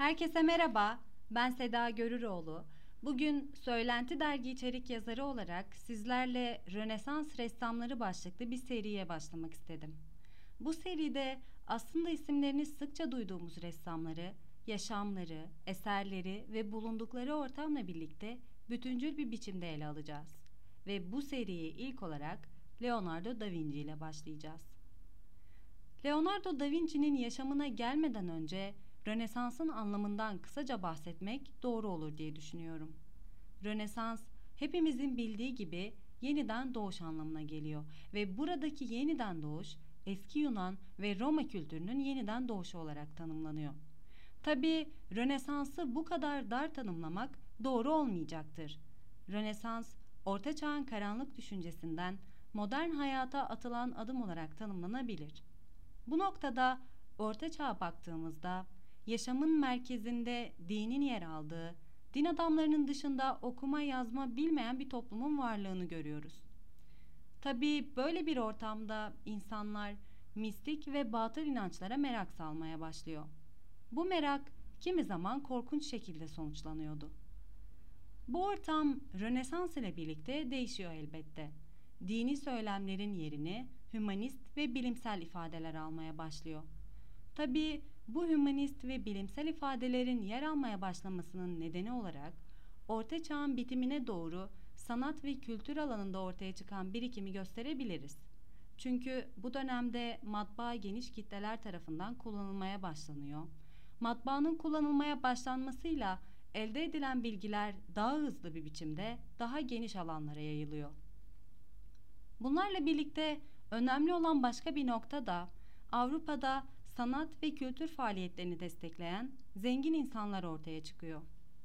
Herkese merhaba, ben Seda Görüroğlu. Bugün Söylenti Dergi içerik yazarı olarak sizlerle Rönesans Ressamları başlıklı bir seriye başlamak istedim. Bu seride aslında isimlerini sıkça duyduğumuz ressamları, yaşamları, eserleri ve bulundukları ortamla birlikte bütüncül bir biçimde ele alacağız. Ve bu seriyi ilk olarak Leonardo da Vinci ile başlayacağız. Leonardo da Vinci'nin yaşamına gelmeden önce Rönesans'ın anlamından kısaca bahsetmek doğru olur diye düşünüyorum. Rönesans, hepimizin bildiği gibi yeniden doğuş anlamına geliyor ve buradaki yeniden doğuş, eski Yunan ve Roma kültürünün yeniden doğuşu olarak tanımlanıyor. Tabii Rönesans'ı bu kadar dar tanımlamak doğru olmayacaktır. Rönesans, Orta Çağ'ın karanlık düşüncesinden modern hayata atılan adım olarak tanımlanabilir. Bu noktada Orta Çağ'a baktığımızda yaşamın merkezinde dinin yer aldığı, din adamlarının dışında okuma yazma bilmeyen bir toplumun varlığını görüyoruz. Tabii böyle bir ortamda insanlar mistik ve batıl inançlara merak salmaya başlıyor. Bu merak kimi zaman korkunç şekilde sonuçlanıyordu. Bu ortam Rönesans ile birlikte değişiyor elbette. Dini söylemlerin yerini hümanist ve bilimsel ifadeler almaya başlıyor. Tabii bu hümanist ve bilimsel ifadelerin yer almaya başlamasının nedeni olarak Orta Çağ'ın bitimine doğru sanat ve kültür alanında ortaya çıkan birikimi gösterebiliriz. Çünkü bu dönemde matbaa geniş kitleler tarafından kullanılmaya başlanıyor. Matbaanın kullanılmaya başlanmasıyla elde edilen bilgiler daha hızlı bir biçimde daha geniş alanlara yayılıyor. Bunlarla birlikte önemli olan başka bir nokta da Avrupa'da sanat ve kültür faaliyetlerini destekleyen zengin insanlar ortaya çıkıyor.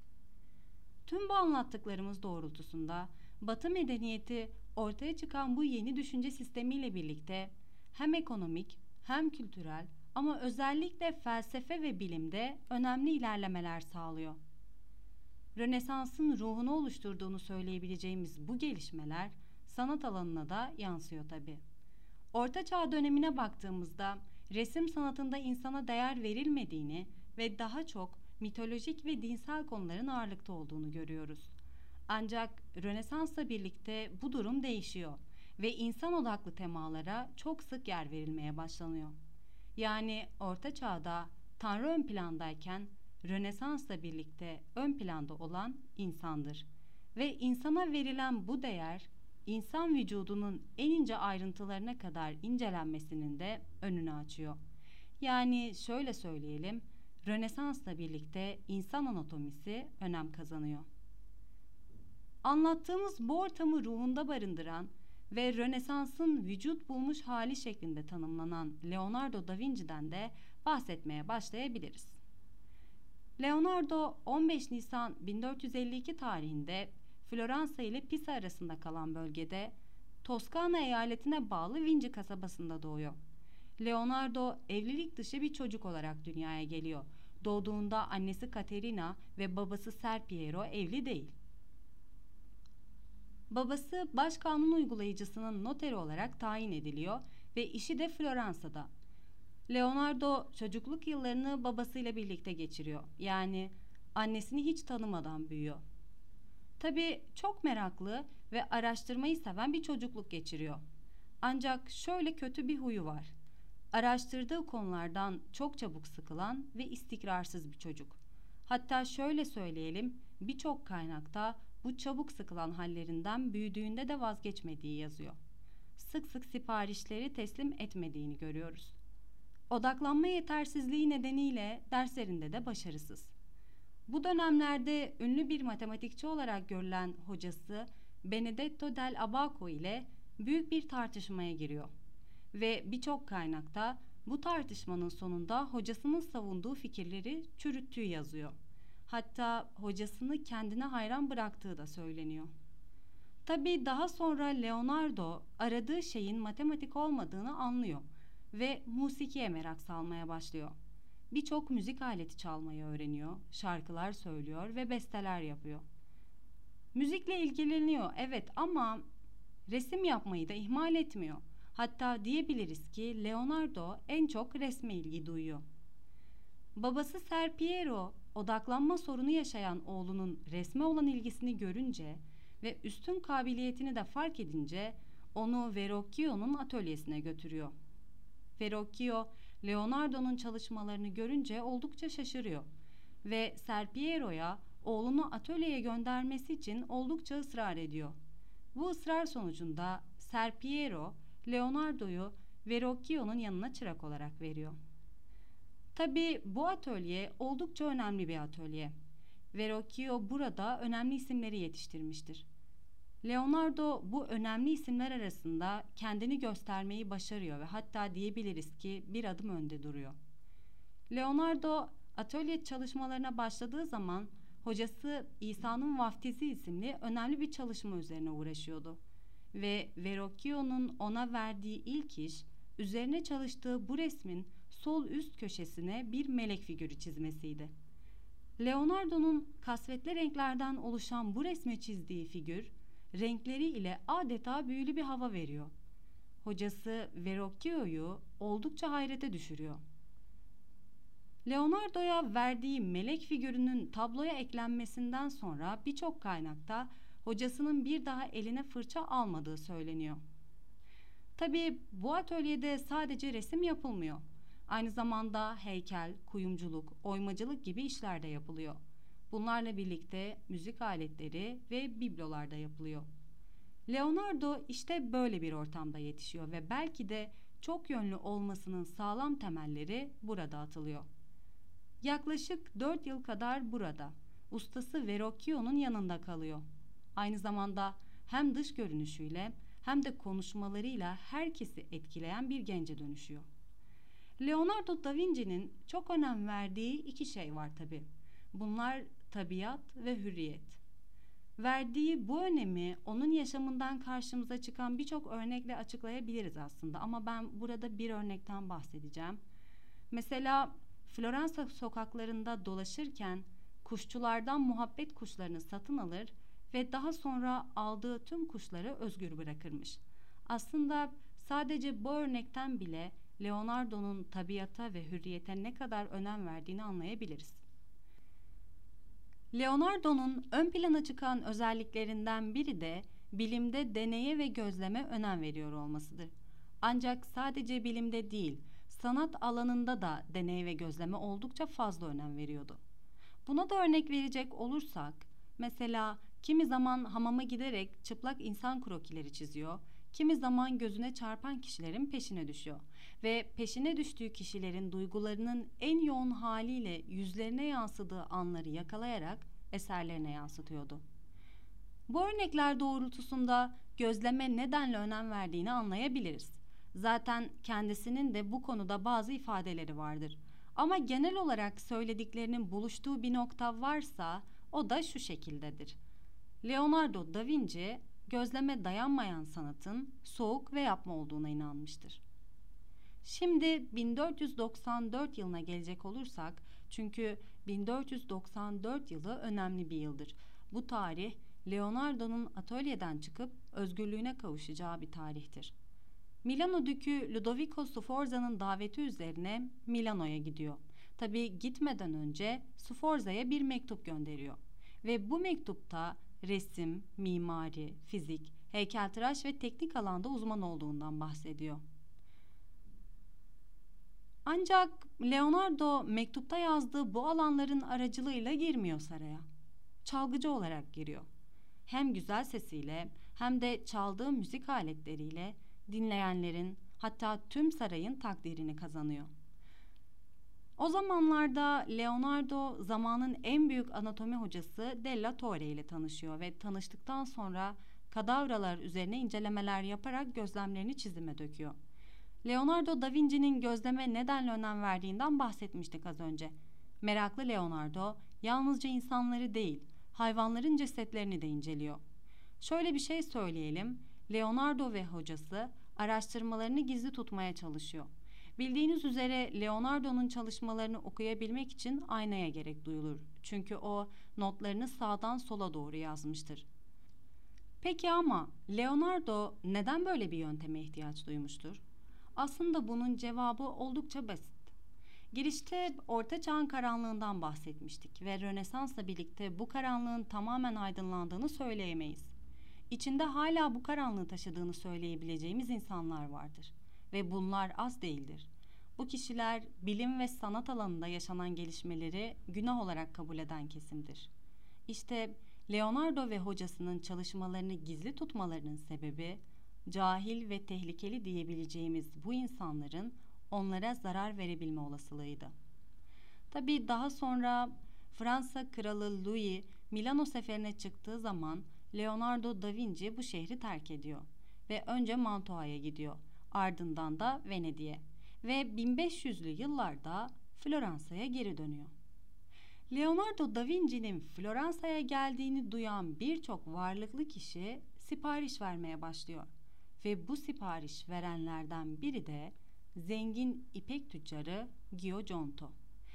Tüm bu anlattıklarımız doğrultusunda Batı medeniyeti ortaya çıkan bu yeni düşünce sistemiyle birlikte hem ekonomik hem kültürel ama özellikle felsefe ve bilimde önemli ilerlemeler sağlıyor. Rönesans'ın ruhunu oluşturduğunu söyleyebileceğimiz bu gelişmeler sanat alanına da yansıyor tabii. Orta Çağ dönemine baktığımızda resim sanatında insana değer verilmediğini ve daha çok mitolojik ve dinsel konuların ağırlıkta olduğunu görüyoruz. Ancak Rönesans'la birlikte bu durum değişiyor ve insan odaklı temalara çok sık yer verilmeye başlanıyor. Yani Orta Çağ'da Tanrı ön plandayken Rönesans'la birlikte ön planda olan insandır. Ve insana verilen bu değer insan vücudunun en ince ayrıntılarına kadar incelenmesinin de önünü açıyor. Yani şöyle söyleyelim, Rönesans'la birlikte insan anatomisi önem kazanıyor. Anlattığımız bu ortamı ruhunda barındıran ve Rönesans'ın vücut bulmuş hali şeklinde tanımlanan Leonardo da Vinci'den de bahsetmeye başlayabiliriz. Leonardo 15 Nisan 1452 tarihinde Floransa ile Pisa arasında kalan bölgede Toskana eyaletine bağlı Vinci kasabasında doğuyor. Leonardo evlilik dışı bir çocuk olarak dünyaya geliyor. Doğduğunda annesi Caterina ve babası Ser Piero evli değil. Babası başkanun uygulayıcısının noteri olarak tayin ediliyor ve işi de Floransa'da. Leonardo çocukluk yıllarını babasıyla birlikte geçiriyor. Yani annesini hiç tanımadan büyüyor. Tabii çok meraklı ve araştırmayı seven bir çocukluk geçiriyor. Ancak şöyle kötü bir huyu var. Araştırdığı konulardan çok çabuk sıkılan ve istikrarsız bir çocuk. Hatta şöyle söyleyelim, birçok kaynakta bu çabuk sıkılan hallerinden büyüdüğünde de vazgeçmediği yazıyor. Sık sık siparişleri teslim etmediğini görüyoruz. Odaklanma yetersizliği nedeniyle derslerinde de başarısız. Bu dönemlerde ünlü bir matematikçi olarak görülen hocası Benedetto del Abaco ile büyük bir tartışmaya giriyor. Ve birçok kaynakta bu tartışmanın sonunda hocasının savunduğu fikirleri çürüttüğü yazıyor. Hatta hocasını kendine hayran bıraktığı da söyleniyor. Tabii daha sonra Leonardo aradığı şeyin matematik olmadığını anlıyor ve musikiye merak salmaya başlıyor. Birçok müzik aleti çalmayı öğreniyor, şarkılar söylüyor ve besteler yapıyor. Müzikle ilgileniyor evet ama resim yapmayı da ihmal etmiyor. Hatta diyebiliriz ki Leonardo en çok resme ilgi duyuyor. Babası Ser Piero odaklanma sorunu yaşayan oğlunun resme olan ilgisini görünce ve üstün kabiliyetini de fark edince onu Verrocchio'nun atölyesine götürüyor. Verrocchio, Leonardo'nun çalışmalarını görünce oldukça şaşırıyor ve Serpiero'ya oğlunu atölyeye göndermesi için oldukça ısrar ediyor. Bu ısrar sonucunda Serpiero, Leonardo'yu Verrocchio'nun yanına çırak olarak veriyor. Tabii bu atölye oldukça önemli bir atölye. Verrocchio burada önemli isimleri yetiştirmiştir. Leonardo bu önemli isimler arasında kendini göstermeyi başarıyor ve hatta diyebiliriz ki bir adım önde duruyor. Leonardo atölye çalışmalarına başladığı zaman hocası İsa'nın Vaftizi isimli önemli bir çalışma üzerine uğraşıyordu. Ve Verrocchio'nun ona verdiği ilk iş, üzerine çalıştığı bu resmin sol üst köşesine bir melek figürü çizmesiydi. Leonardo'nun kasvetli renklerden oluşan bu resme çizdiği figür, renkleri ile adeta büyülü bir hava veriyor. Hocası Verrocchio'yu oldukça hayrete düşürüyor. Leonardo'ya verdiği melek figürünün tabloya eklenmesinden sonra birçok kaynakta hocasının bir daha eline fırça almadığı söyleniyor. Tabii bu atölyede sadece resim yapılmıyor. Aynı zamanda heykel, kuyumculuk, oymacılık gibi işler de yapılıyor. Bunlarla birlikte müzik aletleri ve biblolar da yapılıyor. Leonardo işte böyle bir ortamda yetişiyor ve belki de çok yönlü olmasının sağlam temelleri burada atılıyor. Yaklaşık 4 yıl kadar burada, ustası Verrocchio'nun yanında kalıyor. Aynı zamanda hem dış görünüşüyle hem de konuşmalarıyla herkesi etkileyen bir gence dönüşüyor. Leonardo da Vinci'nin çok önem verdiği iki şey var tabii. Bunlar tabiat ve hürriyet. Verdiği bu önemi onun yaşamından karşımıza çıkan birçok örnekle açıklayabiliriz aslında ama ben burada bir örnekten bahsedeceğim. Mesela Floransa sokaklarında dolaşırken kuşçulardan muhabbet kuşlarını satın alır ve daha sonra aldığı tüm kuşları özgür bırakırmış. Aslında sadece bu örnekten bile Leonardo'nun tabiata ve hürriyete ne kadar önem verdiğini anlayabiliriz. Leonardo'nun ön plana çıkan özelliklerinden biri de bilimde deneye ve gözleme önem veriyor olmasıdır. Ancak sadece bilimde değil, sanat alanında da deney ve gözleme oldukça fazla önem veriyordu. Buna da örnek verecek olursak, mesela kimi zaman hamama giderek çıplak insan krokileri çiziyor, kimi zaman gözüne çarpan kişilerin peşine düşüyor ve peşine düştüğü kişilerin duygularının en yoğun haliyle yüzlerine yansıdığı anları yakalayarak eserlerine yansıtıyordu. Bu örnekler doğrultusunda gözleme nedenle önem verdiğini anlayabiliriz. Zaten kendisinin de bu konuda bazı ifadeleri vardır. Ama genel olarak söylediklerinin buluştuğu bir nokta varsa o da şu şekildedir. Leonardo da Vinci gözleme dayanmayan sanatın soğuk ve yapma olduğuna inanmıştır. Şimdi 1494 yılına gelecek olursak, çünkü 1494 yılı önemli bir yıldır. Bu tarih Leonardo'nun atölyeden çıkıp özgürlüğüne kavuşacağı bir tarihtir. Milano Dükü Ludovico Sforza'nın daveti üzerine Milano'ya gidiyor. Tabii gitmeden önce Sforza'ya bir mektup gönderiyor. Ve bu mektupta resim, mimari, fizik, heykeltıraş ve teknik alanda uzman olduğundan bahsediyor. Ancak Leonardo mektupta yazdığı bu alanların aracılığıyla girmiyor saraya. Çalgıcı olarak giriyor. Hem güzel sesiyle hem de çaldığı müzik aletleriyle dinleyenlerin, hatta tüm sarayın takdirini kazanıyor. O zamanlarda Leonardo zamanın en büyük anatomi hocası Della Torre ile tanışıyor ve tanıştıktan sonra kadavralar üzerine incelemeler yaparak gözlemlerini çizime döküyor. Leonardo da Vinci'nin gözleme nedenle önem verdiğinden bahsetmiştik az önce. Meraklı Leonardo yalnızca insanları değil, hayvanların cesetlerini de inceliyor. Şöyle bir şey söyleyelim, Leonardo ve hocası araştırmalarını gizli tutmaya çalışıyor. Bildiğiniz üzere Leonardo'nun çalışmalarını okuyabilmek için aynaya gerek duyulur. Çünkü o notlarını sağdan sola doğru yazmıştır. Peki ama Leonardo neden böyle bir yönteme ihtiyaç duymuştur? Aslında bunun cevabı oldukça basit. Girişte Orta Çağ'ın karanlığından bahsetmiştik ve Rönesans'la birlikte bu karanlığın tamamen aydınlandığını söyleyemeyiz. İçinde hala bu karanlığı taşıdığını söyleyebileceğimiz insanlar vardır ve bunlar az değildir. Bu kişiler bilim ve sanat alanında yaşanan gelişmeleri günah olarak kabul eden kesimdir. İşte Leonardo ve hocasının çalışmalarını gizli tutmalarının sebebi, cahil ve tehlikeli diyebileceğimiz bu insanların onlara zarar verebilme olasılığıydı. Tabii daha sonra Fransa Kralı Louis Milano seferine çıktığı zaman Leonardo da Vinci bu şehri terk ediyor ve önce Mantua'ya gidiyor, ardından da Venedik'e ve 1500'lü yıllarda Floransa'ya geri dönüyor. Leonardo da Vinci'nin Floransa'ya geldiğini duyan birçok varlıklı kişi sipariş vermeye başlıyor ve bu sipariş verenlerden biri de zengin ipek tüccarı Giotto.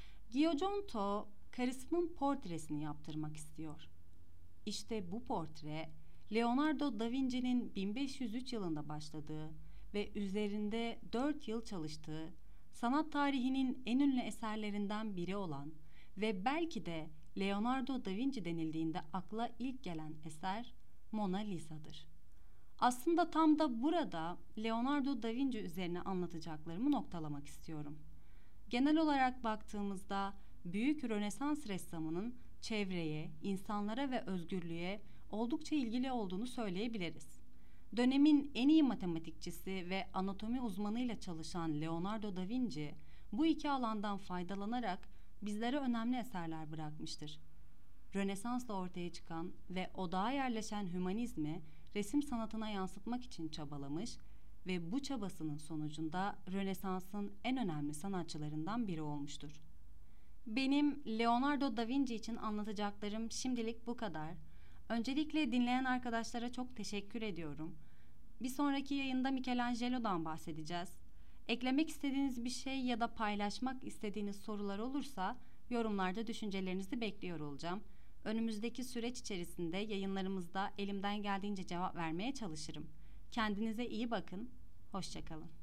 Giotto karısının portresini yaptırmak istiyor. İşte bu portre Leonardo da Vinci'nin 1503 yılında başladığı ve üzerinde 4 yıl çalıştığı sanat tarihinin en ünlü eserlerinden biri olan ve belki de Leonardo da Vinci denildiğinde akla ilk gelen eser Mona Lisa'dır. Aslında tam da burada Leonardo da Vinci üzerine anlatacaklarımı noktalamak istiyorum. Genel olarak baktığımızda büyük Rönesans ressamının çevreye, insanlara ve özgürlüğe oldukça ilgili olduğunu söyleyebiliriz. Dönemin en iyi matematikçisi ve anatomi uzmanıyla çalışan Leonardo da Vinci, bu iki alandan faydalanarak bizlere önemli eserler bırakmıştır. Rönesans'la ortaya çıkan ve odağa yerleşen hümanizmi resim sanatına yansıtmak için çabalamış ve bu çabasının sonucunda Rönesans'ın en önemli sanatçılarından biri olmuştur. Benim Leonardo da Vinci için anlatacaklarım şimdilik bu kadar. Öncelikle dinleyen arkadaşlara çok teşekkür ediyorum. Bir sonraki yayında Michelangelo'dan bahsedeceğiz. Eklemek istediğiniz bir şey ya da paylaşmak istediğiniz sorular olursa yorumlarda düşüncelerinizi bekliyor olacağım. Önümüzdeki süreç içerisinde yayınlarımızda elimden geldiğince cevap vermeye çalışırım. Kendinize iyi bakın. Hoşça kalın.